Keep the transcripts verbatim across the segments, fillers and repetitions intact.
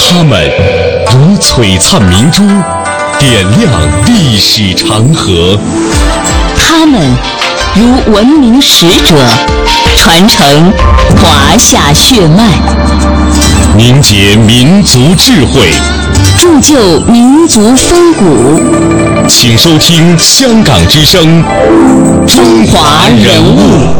他们如璀璨明珠，点亮历史长河； 他们如文明使者，传承华夏血脉， 凝结民族智慧， 铸就民族风骨。 请收听香港之声《中华人物》。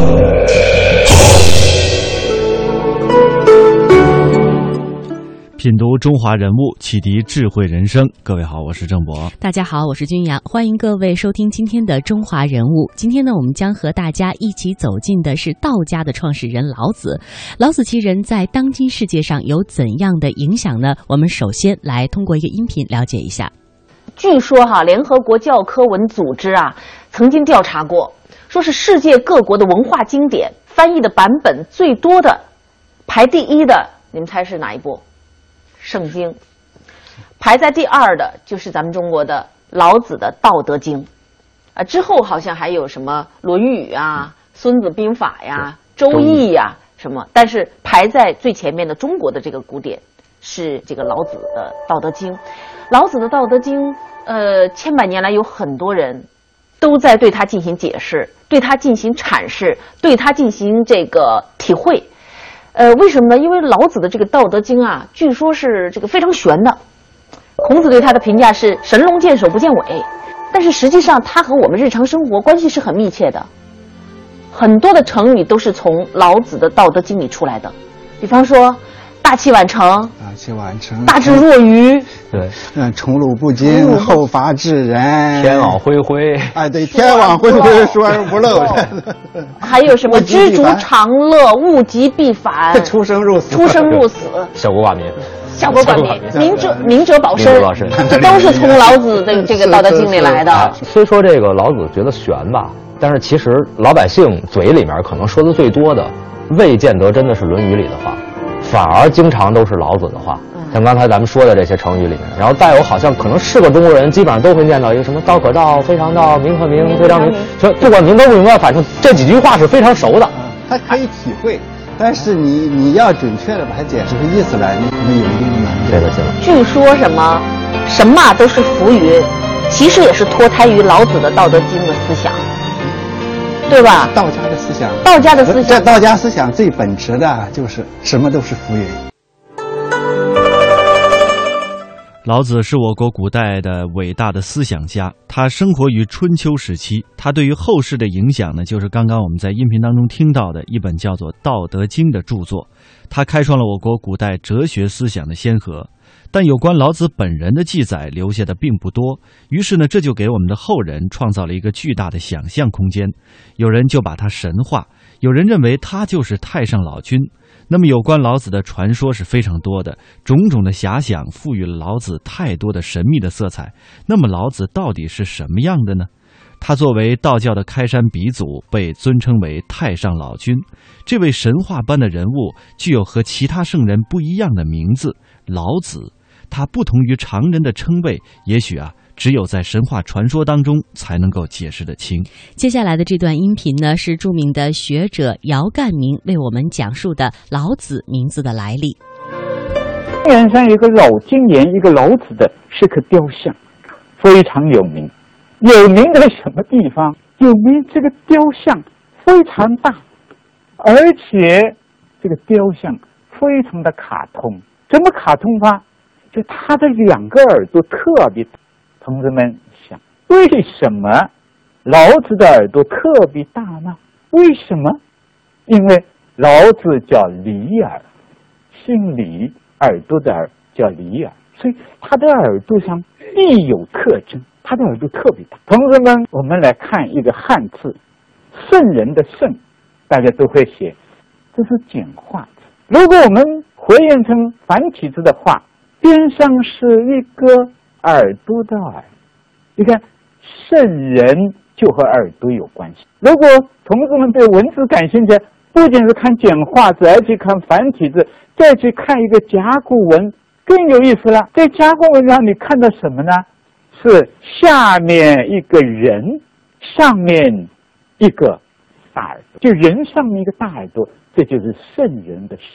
品读中华人物，启迪智慧人生。各位好，我是郑博。 大家好，我是君阳，欢迎各位收听今天的中华人物。今天呢，我们将和大家一起走进的是道家的创始人老子。老子其人在当今世界上有怎样的影响呢？我们首先来通过一个音频了解一下。 据说哈，联合国教科文组织啊，曾经调查过，说是世界各国的文化经典翻译的版本最多的，排第一的，你们猜是哪一部？圣经。排在第二的就是咱们中国的老子的《道德经》，啊，之后好像还有什么《论语》啊、《孙子兵法》呀、《周易》呀什么，但是排在最前面的中国的这个古典是这个老子的《道德经》。老子的《道德经》，呃，千百年来有很多人都在对它进行解释，对它进行阐释，对它进行这个体会。呃，为什么呢？因为老子的这个《道德经》啊，据说是这个非常玄的。孔子对他的评价是神龙见首不见尾，但是实际上它和我们日常生活关系是很密切的。很多的成语都是从老子的《道德经》里出来的，比方说大器晚成， 大器晚成， 大智若愚， 对，嗯，宠辱不惊，后发制人， 天网恢恢， 哎，对，天网恢恢，疏而不漏。 还有什么知足常乐，物极必反， 出生入死， 出生入死， 效果寡民， 效果寡民，明哲明哲保身，这都是从老子的这个《道德经》里来的。 虽说这个老子觉得玄吧，但是其实老百姓嘴里面可能说的最多的，未见得真的是《论语》里的话，反而经常都是老子的话。像刚才咱们说的这些成语里面，然后带有好像可能是个中国人，基本上都会念到一个什么道可道，非常道，名可名，非常名。就不管明白不明白，反正这几句话是非常熟的。 他可以体会，但是你你要准确的把它解释出意思来，你可能有一定的难度。 这个行。 据说什么什么都是浮云，其实也是脱胎于老子的《道德经》的思想，对吧？ 道家的思想， 道家的思想， 这道家思想最本质的就是什么都是浮云。 老子是我国古代的伟大的思想家，他生活于春秋时期，他对于后世的影响呢，就是刚刚我们在音频当中听到的一本叫做《道德经》的著作，他开创了我国古代哲学思想的先河。但有关老子本人的记载留下的并不多，于是呢，这就给我们的后人创造了一个巨大的想象空间。有人就把他神化，有人认为他就是太上老君。那么有关老子的传说是非常多的，种种的遐想赋予了老子太多的神秘的色彩。那么老子到底是什么样的呢？他作为道教的开山鼻祖，被尊称为太上老君。这位神话般的人物具有和其他圣人不一样的名字老子，他不同于常人的称谓，也许啊只有在神话传说当中才能够解释得清。 接下来的这段音频呢，是著名的学者姚干明为我们讲述的老子名字的来历。 公园上有一个老金莲，一个老子的是颗雕像，非常有名。有名在什么地方？有名这个雕像非常大，而且这个雕像非常的卡通。怎么卡通法？就他的两个耳朵特别大。同志们想，为什么老子的耳朵特别大呢？为什么？因为老子叫李耳，姓李，耳朵的耳叫李耳，所以他的耳朵上必有特征，他的耳朵特别大。同志们，我们来看一个汉字，圣人的圣，大家都会写，这是简化字。如果我们还原成繁体字的话，边上是一个耳朵的耳，你看圣人就和耳朵有关系。如果同志们对文字感兴趣，不仅是看简化字，而且看繁体字，再去看一个甲骨文更有意思了。在甲骨文上你看到什么呢？是下面一个人，上面一个大耳朵，就人上面一个大耳朵，这就是圣人的圣。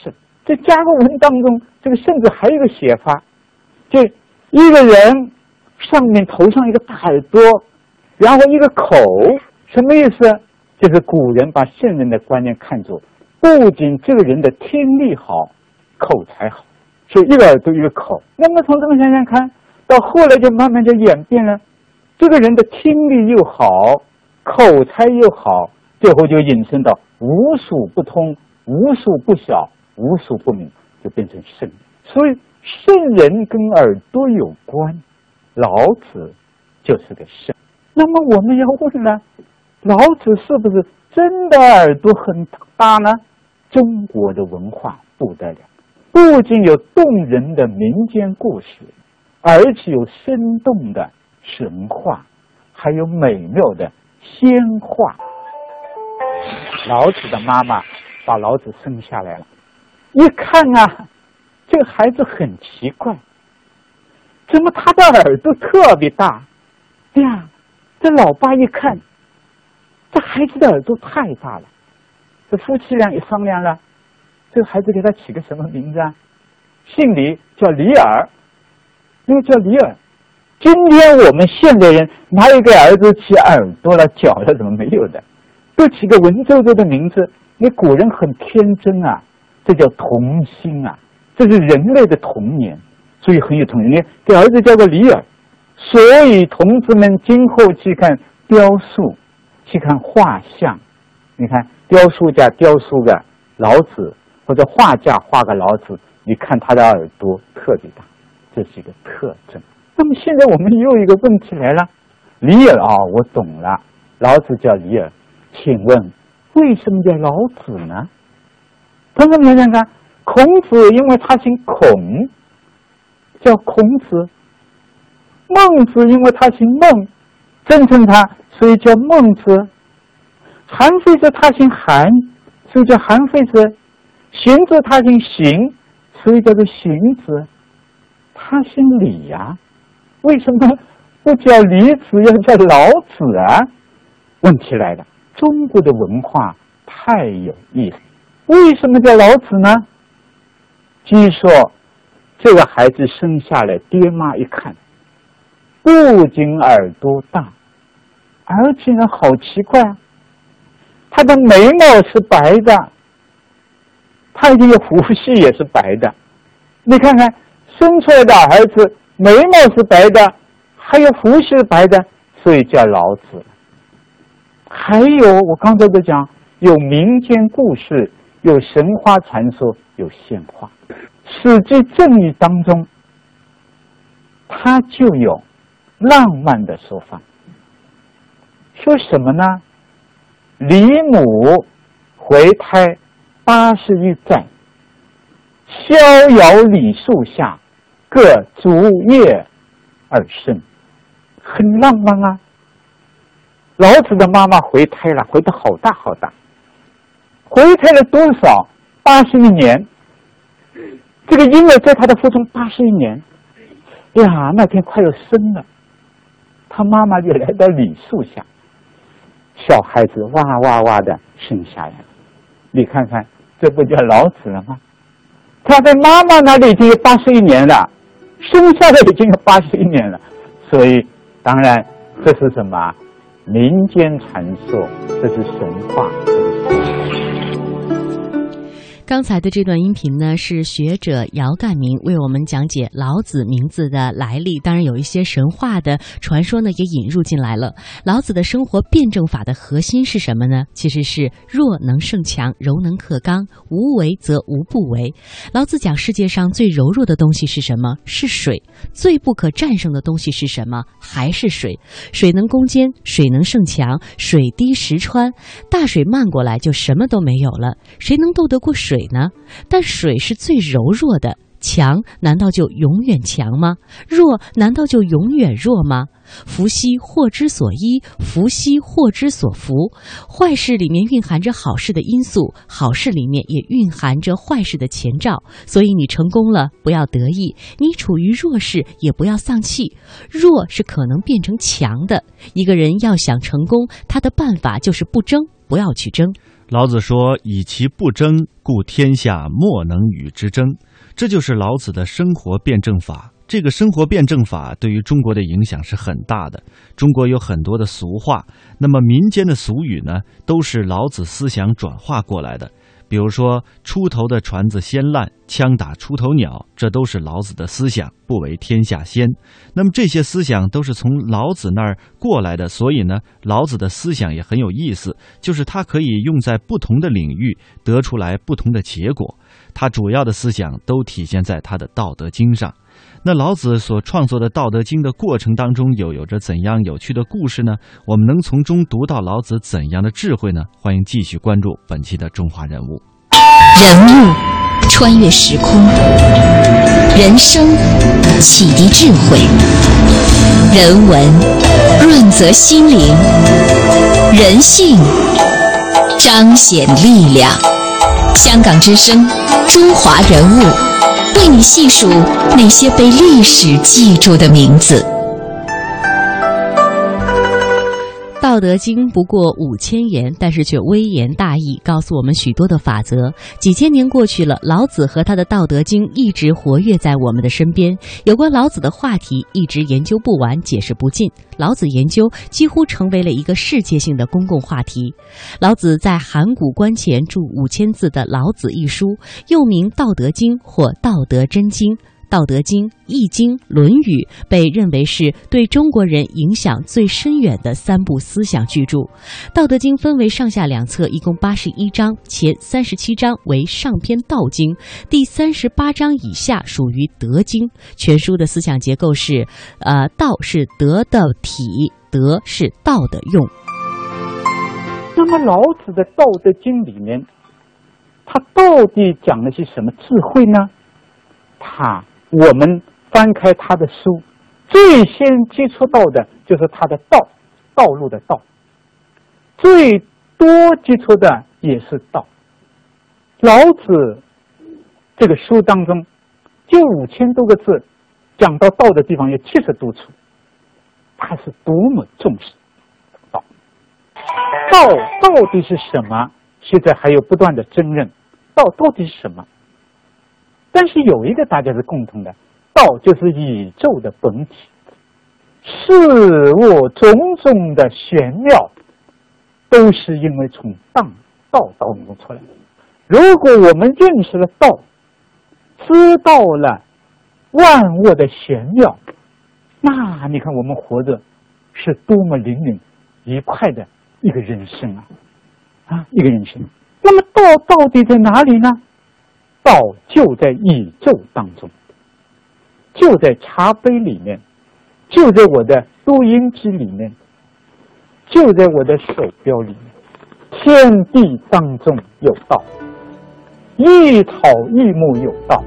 在甲骨文当中，这个甚至还有一个写法，就一个人上面头上一个大耳朵，然后一个口，什么意思？就是古人把圣人的观念看作，不仅这个人的听力好，口才好，所以一个耳朵一个口。那么从这么想想看，到后来就慢慢就演变了，这个人的听力又好，口才又好，最后就引申到无数不通，无数不晓，无数不明，就变成圣人。所以圣人跟耳朵有关，老子就是个圣。那么我们要问了，老子是不是真的耳朵很大呢？中国的文化不得了，不仅有动人的民间故事，而且有生动的神话，还有美妙的仙话。老子的妈妈把老子生下来了，一看啊，这个孩子很奇怪，怎么他的耳朵特别大？哎呀，这老爸一看，这孩子的耳朵太大了。这夫妻俩也商量了，这个孩子给他起个什么名字啊？姓李，叫李耳，因为叫李耳。今天我们现代人哪有给儿子起耳朵了、脚了，怎么没有的？都起个文绉绉的名字。你古人很天真啊，这叫童心啊，这是人类的童年，所以很有童年。你给儿子叫个李耳，所以同志们今后去看雕塑，去看画像，你看雕塑家雕塑个老子，或者画家画个老子，你看他的耳朵特别大，这是一个特征。那么现在我们又有一个问题来了，李耳啊，我懂了，老子叫李耳，请问为什么叫老子呢？同学们想想看，孔子因为他姓孔，叫孔子；孟子因为他姓孟，尊称他，所以叫孟子；韩非子他姓韩，所以叫韩非子；荀子他姓荀，所以叫做荀子。他姓李呀、啊，为什么不叫李子，要叫老子啊？问题来了，中国的文化太有意思，为什么叫老子呢？据说这个孩子生下来，爹妈一看，不仅耳朵大，而且呢好奇怪啊，他的眉毛是白的，他这个胡须也是白的。你看看生出来的儿子眉毛是白的，还有胡须是白的，所以叫老子。还有我刚才都讲，有民间故事，有神话传说，有仙话。史记正义当中，它就有浪漫的说法，说什么呢？李母回胎八十一载，逍遥李树下，各逐叶而生，很浪漫啊。老子的妈妈回胎了，回得好大好大，回胎了多少？八十一年。这个婴儿在他的腹中八十一年，呀，那天快要生了，他妈妈就来到李树下，小孩子哇哇哇的生下来了。你看看，这不叫老子了吗？他在妈妈那里已经有八十一年了，生下来已经有八十一年了，所以当然这是什么？民间传说，这是神话。 刚才的这段音频呢，是学者姚干明为我们讲解老子名字的来历，当然有一些神话的传说呢也引入进来了。老子的生活辩证法的核心是什么呢？其实是弱能胜强，柔能克刚，无为则无不为。老子讲世界上最柔弱的东西是什么？是水。最不可战胜的东西是什么？还是水。水能攻坚，水能胜强，水滴石穿，大水漫过来就什么都没有了，谁能斗得过水呢？但水是最柔弱的，强难道就永远强吗？弱难道就永远弱吗？福兮祸之所依，福兮祸之所伏。坏事里面蕴含着好事的因素，好事里面也蕴含着坏事的前兆。所以你成功了，不要得意；你处于弱势，也不要丧气。弱是可能变成强的。一个人要想成功，他的办法就是不争，不要去争。 老子说：“以其不争，故天下莫能与之争。”这就是老子的生活辩证法。这个生活辩证法对于中国的影响是很大的。中国有很多的俗话，那么民间的俗语呢，都是老子思想转化过来的。比如说出头的船子先烂，枪打出头鸟，这都是老子的思想，不为天下先。那么这些思想都是从老子那儿过来的，所以呢，老子的思想也很有意思，就是它可以用在不同的领域，得出来不同的结果。他主要的思想都体现在他的《道德经》上。那老子所创作的《道德经》的过程当中，又有着怎样有趣的故事呢？我们能从中读到老子怎样的智慧呢？欢迎继续关注本期的中华人物。 人物穿越时空，人生启迪智慧，人文润泽心灵，人性彰显力量。香港之声，中华人物，为你细数那些被历史记住的名字。 道德经不过五千言，但是却微言大义，告诉我们许多的法则。几千年过去了，老子和他的道德经一直活跃在我们的身边。有关老子的话题一直研究不完，解释不尽。老子研究几乎成为了一个世界性的公共话题。老子在函谷关前著五千字的《老子》一书，又名《道德经》或《道德真经》。《道德经》《易经》《论语》被认为是对中国人影响最深远的三部思想巨著。《道德经》分为上下两册，一共八十一章，前三十七章为上篇道经，第三十八章以下属于德经。全书的思想结构是：呃，道是德的体，德是道的用。 那么老子的《道德经》里面，他到底讲了些什么智慧呢？他我们翻开他的书，最先接触到的就是他的道，道路的道，最多接触的也是道。老子这个书当中就五千多个字，讲到道的地方有七十多处，他是多么重视道。道到底是什么？现在还有不断的争论，道到底是什么？但是有一个大家是共同的，道就是宇宙的本体，事物种种的玄妙都是因为从道道当中出来的。如果我们认识了道，知道了万物的玄妙，那你看我们活着是多么灵敏愉快的一个人生啊啊，一个人生。那么道到底在哪里呢？道就在宇宙当中，就在茶杯里面，就在我的录音机里面，就在我的手表里面。天地当中有道，一草一木有道。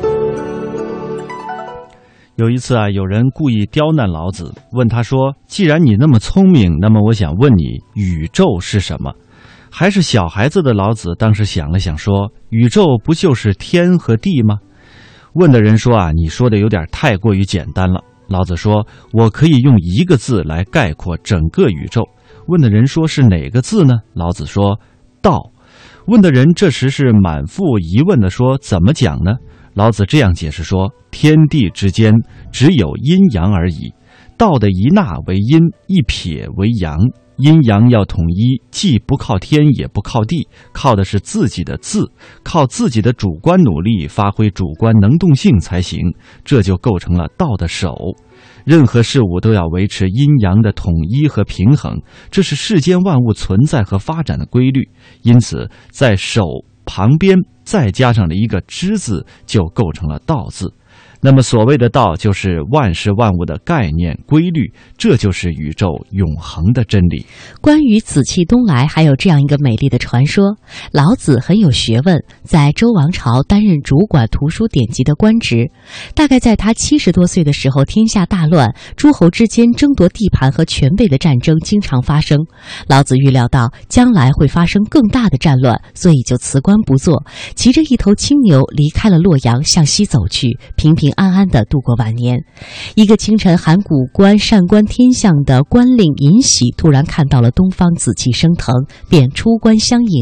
有一次啊，有人故意刁难老子，问他说：“既然你那么聪明，那么我想问你，宇宙是什么？”还是小孩子的老子当时想了想说：“宇宙不就是天和地吗？”问的人说：“啊，你说的有点太过于简单了。”老子说：“我可以用一个字来概括整个宇宙。”问的人说：“是哪个字呢？”老子说：“道。”问的人这时是满腹疑问的说：“怎么讲呢？”老子这样解释说：“天地之间只有阴阳而已，道的一纳为阴，一撇为阳。阴阳要统一，既不靠天也不靠地，靠的是自己的自，靠自己的主观努力，发挥主观能动性才行，这就构成了道的守。任何事物都要维持阴阳的统一和平衡，这是世间万物存在和发展的规律。因此在守旁边再加上了一个知字，就构成了道字。那么所谓的道，就是万事万物的概念规律，这就是宇宙永恒的真理。 关于紫气东来，还有这样一个美丽的传说：老子很有学问，在周王朝担任主管图书典籍的官职。大概在他七十多岁的时候，天下大乱，诸侯之间争夺地盘和权位的战争经常发生。老子预料到将来会发生更大的战乱，所以就辞官不做，骑着一头青牛离开了洛阳，向西走去，平平安安地度过晚年。一个清晨，函谷关善观天象的官令尹喜突然看到了东方紫气升腾，便出关相迎。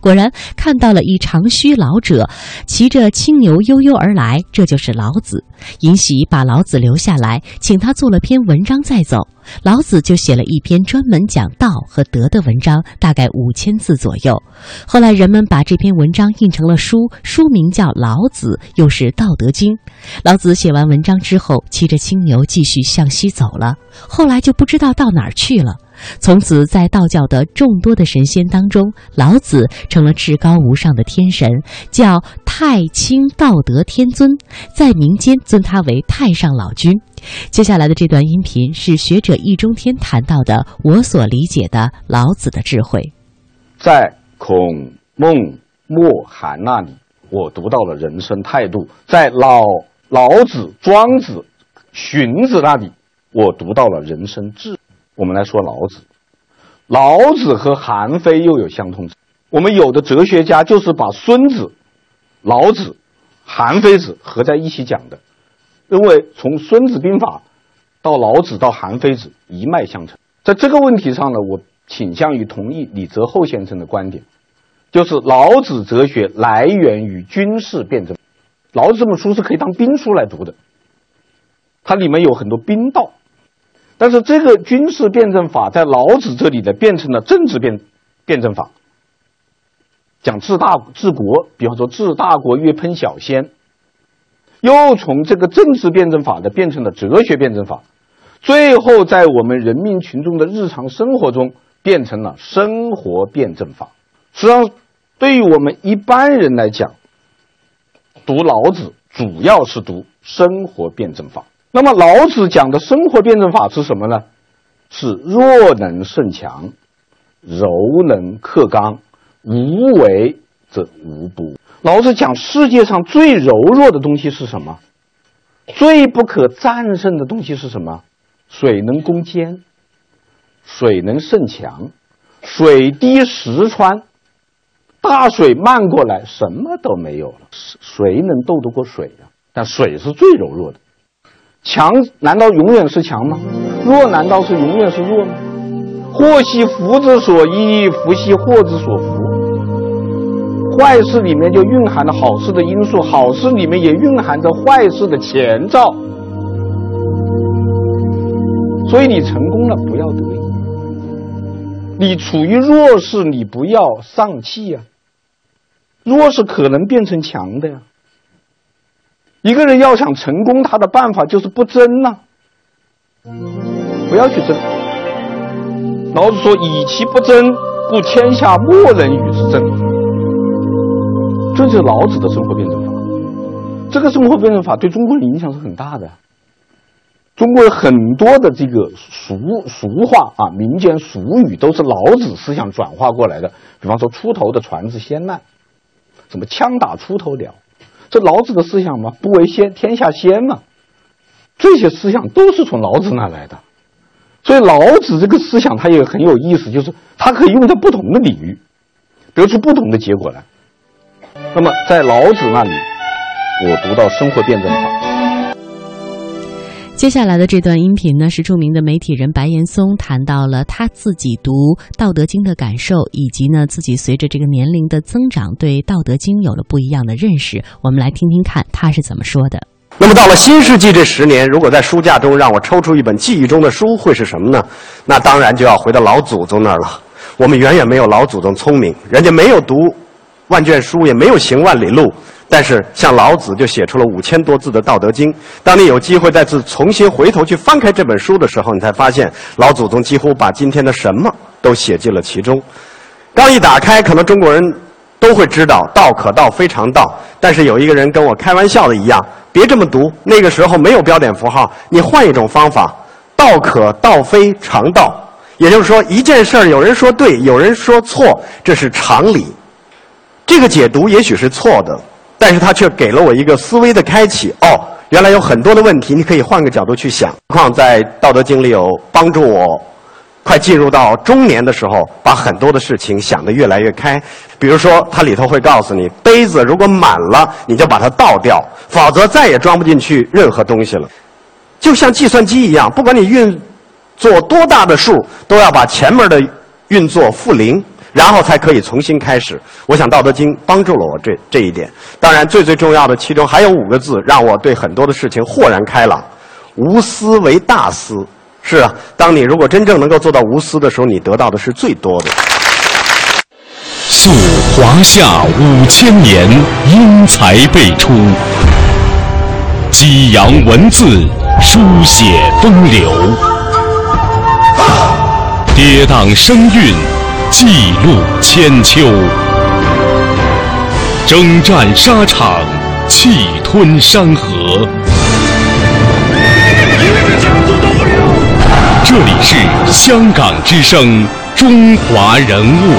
果然看到了一长须老者骑着青牛悠悠而来，这就是老子。尹喜把老子留下来，请他做了篇文章再走。老子就写了一篇专门讲道和德的文章，大概五千字左右。后来人们把这篇文章印成了书，书名叫《老子》，又是《道德经》。老子写完文章之后，骑着青牛继续向西走了，后来就不知道到哪儿去了。从此在道教的众多的神仙当中，老子成了至高无上的天神，叫太清道德天尊，在民间尊他为太上老君。接下来的这段音频是学者易中天谈到的我所理解的老子的智慧。 在孔孟墨韩那里，我读到了人生态度；在老老子、庄子、荀子那里，我读到了人生智。我们来说老子，老子和韩非又有相通之处。我们有的哲学家就是把孙子、老子、韩非子合在一起讲的，认为从孙子兵法到老子到韩非子一脉相承。在这个问题上呢，我倾向于同意李泽厚先生的观点，就是老子哲学来源于军事辩证。老子这本书是可以当兵书来读的，它里面有很多兵道。但是这个军事辩证法在老子这里呢，变成了政治辩辩证法，讲治大治国，比方说治大国曰烹小鲜，又从这个政治辩证法呢变成了哲学辩证法，最后在我们人民群众的日常生活中变成了生活辩证法。实际上，对于我们一般人来讲，读老子主要是读生活辩证法。那么老子讲的生活辩证法是什么呢？是弱能胜强，柔能克刚，无为则无不。老子讲世界上最柔弱的东西是什么？最不可战胜的东西是什么？水能攻坚，水能胜强，水滴石穿，大水漫过来什么都没有了，谁能斗得过水啊？但水是最柔弱的。强难道永远是强吗？弱难道是永远是弱吗？祸兮福之所依，福兮祸之所伏。坏事里面就蕴含了好事的因素，好事里面也蕴含着坏事的前兆。所以你成功了不要得意，你处于弱势你不要丧气呀、啊，弱势可能变成强的呀。一个人要想成功，他的办法就是不争呐、啊，不要去争。老子说：“以其不争，故天下莫能与之争。”这就是老子的生活辩证法。这个生活辩证法对中国人影响是很大的。中国人很多的这个俗俗话啊，民间俗语都是老子思想转化过来的。比方说，出头的船是先难，什么枪打出头鸟。这老子的思想嘛，不为先天下先嘛，这些思想都是从老子那来的。所以老子这个思想它也很有意思，就是它可以用在不同的领域，得出不同的结果来。那么在老子那里，我读到生活辩证法。 接下来的这段音频呢，是著名的媒体人白岩松谈到了他自己读《道德经》的感受，以及呢自己随着这个年龄的增长，对《道德经》有了不一样的认识。我们来听听看他是怎么说的。 那么到了新世纪这十年，如果在书架中让我抽出一本记忆中的书，会是什么呢？那当然就要回到老祖宗那儿了。我们远远没有老祖宗聪明，人家没有读万卷书，也没有行万里路。但是像老子就写出了五千多字的《道德经》，当你有机会再次重新回头去翻开这本书的时候，你才发现老祖宗几乎把今天的什么都写进了其中。刚一打开，可能中国人都会知道道可道非常道，但是有一个人跟我开玩笑的一样，别这么读，那个时候没有标点符号，你换一种方法，道可道非常道。也就是说，一件事儿有人说对，有人说错，这是常理。这个解读也许是错的，但是他却给了我一个思维的开启。哦，原来有很多的问题，你可以换个角度去想。何况在《道德经》里有帮助我快进入到中年的时候，把很多的事情想得越来越开。比如说，它里头会告诉你，杯子如果满了，你就把它倒掉，否则再也装不进去任何东西了。就像计算机一样，不管你运作多大的数，都要把前面的运作负零。 然后才可以重新开始。我想《道德经》帮助了我这这一点。当然，最最重要的其中还有五个字，让我对很多的事情豁然开朗：无私为大私。是啊，当你如果真正能够做到无私的时候，你得到的是最多的。 溯华夏五千年，英才辈出，激扬文字，书写风流，跌宕声韵，记录千秋，征战沙场，气吞山河。这里是香港之声，中华人物。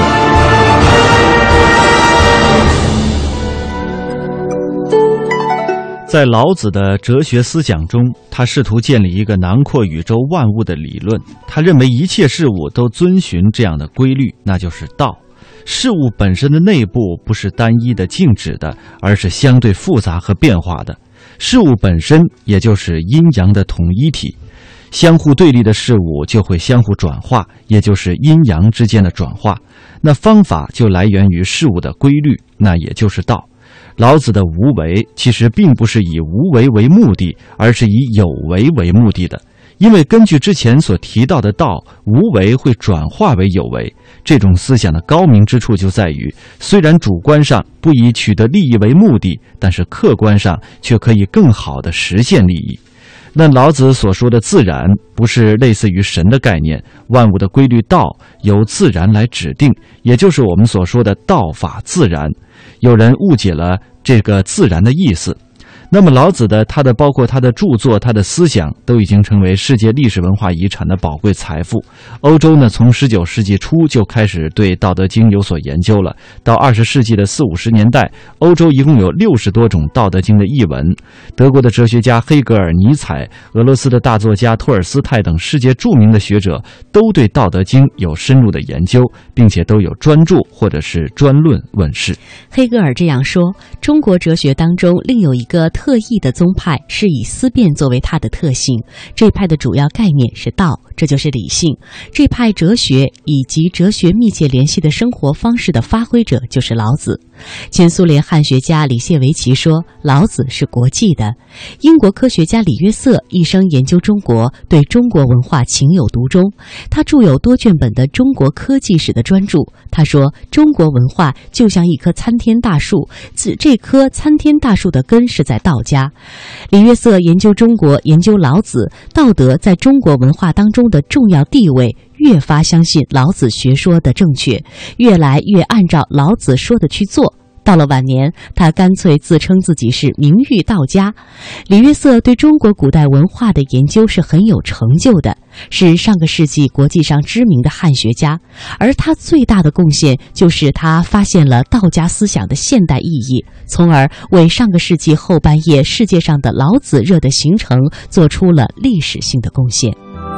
在老子的哲学思想中，他试图建立一个囊括宇宙万物的理论。他认为一切事物都遵循这样的规律，那就是道。事物本身的内部不是单一的静止的，而是相对复杂和变化的。事物本身也就是阴阳的统一体，相互对立的事物就会相互转化，也就是阴阳之间的转化。那方法就来源于事物的规律，那也就是道。老子的无为其实并不是以无为为目的，而是以有为为目的的。因为根据之前所提到的道，无为会转化为有为。这种思想的高明之处就在于，虽然主观上不以取得利益为目的，但是客观上却可以更好地实现利益。那老子所说的自然，不是类似于神的概念，万物的规律道由自然来指定，也就是我们所说的道法自然。有人误解了这个自然的意思。那么老子的他的包括他的著作，他的思想都已经成为世界历史文化遗产的宝贵财富。欧洲呢，从十九世纪初就开始对《道德经》有所研究了。到二十世纪的四五十年代，欧洲一共有六十多种《道德经》的译文。德国的哲学家黑格尔、尼采，俄罗斯的大作家托尔斯泰等世界著名的学者都对《道德经》有深入的研究，并且都有专著或者是专论问世。 黑格尔这样说：中国哲学当中另有一个特异的宗派，是以思辨作为它的特性。这派的主要概念是道，这就是理性。这派哲学以及哲学密切联系的生活方式的发挥者就是老子。前苏联汉学家李谢维奇说，老子是国际的。英国科学家李约瑟一生研究中国，对中国文化情有独钟。他著有多卷本的中国科技史的专著。他说，中国文化就像一棵参天大树，这棵参天大树的根是在道家。李约瑟研究中国，研究老子，道德在中国文化当中的重要地位，越发相信老子学说的正确，越来越按照老子说的去做。到了晚年，他干脆自称自己是名誉道家。李约瑟对中国古代文化的研究是很有成就的，是上个世纪国际上知名的汉学家。而他最大的贡献就是他发现了道家思想的现代意义，从而为上个世纪后半叶世界上的老子热的形成做出了历史性的贡献。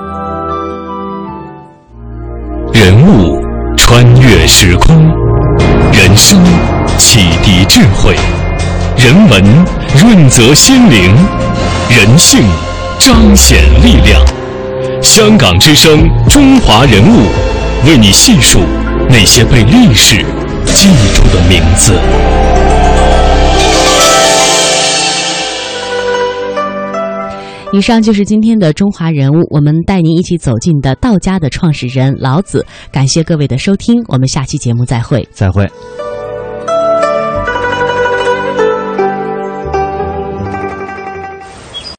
人物穿越时空，人生启迪智慧，人文润泽心灵，人性彰显力量。香港之声，中华人物，为你细数那些被历史记住的名字。 以上就是今天的中华人物，我们带您一起走进的道家的创始人老子。感谢各位的收听，我们下期节目再会。 再会。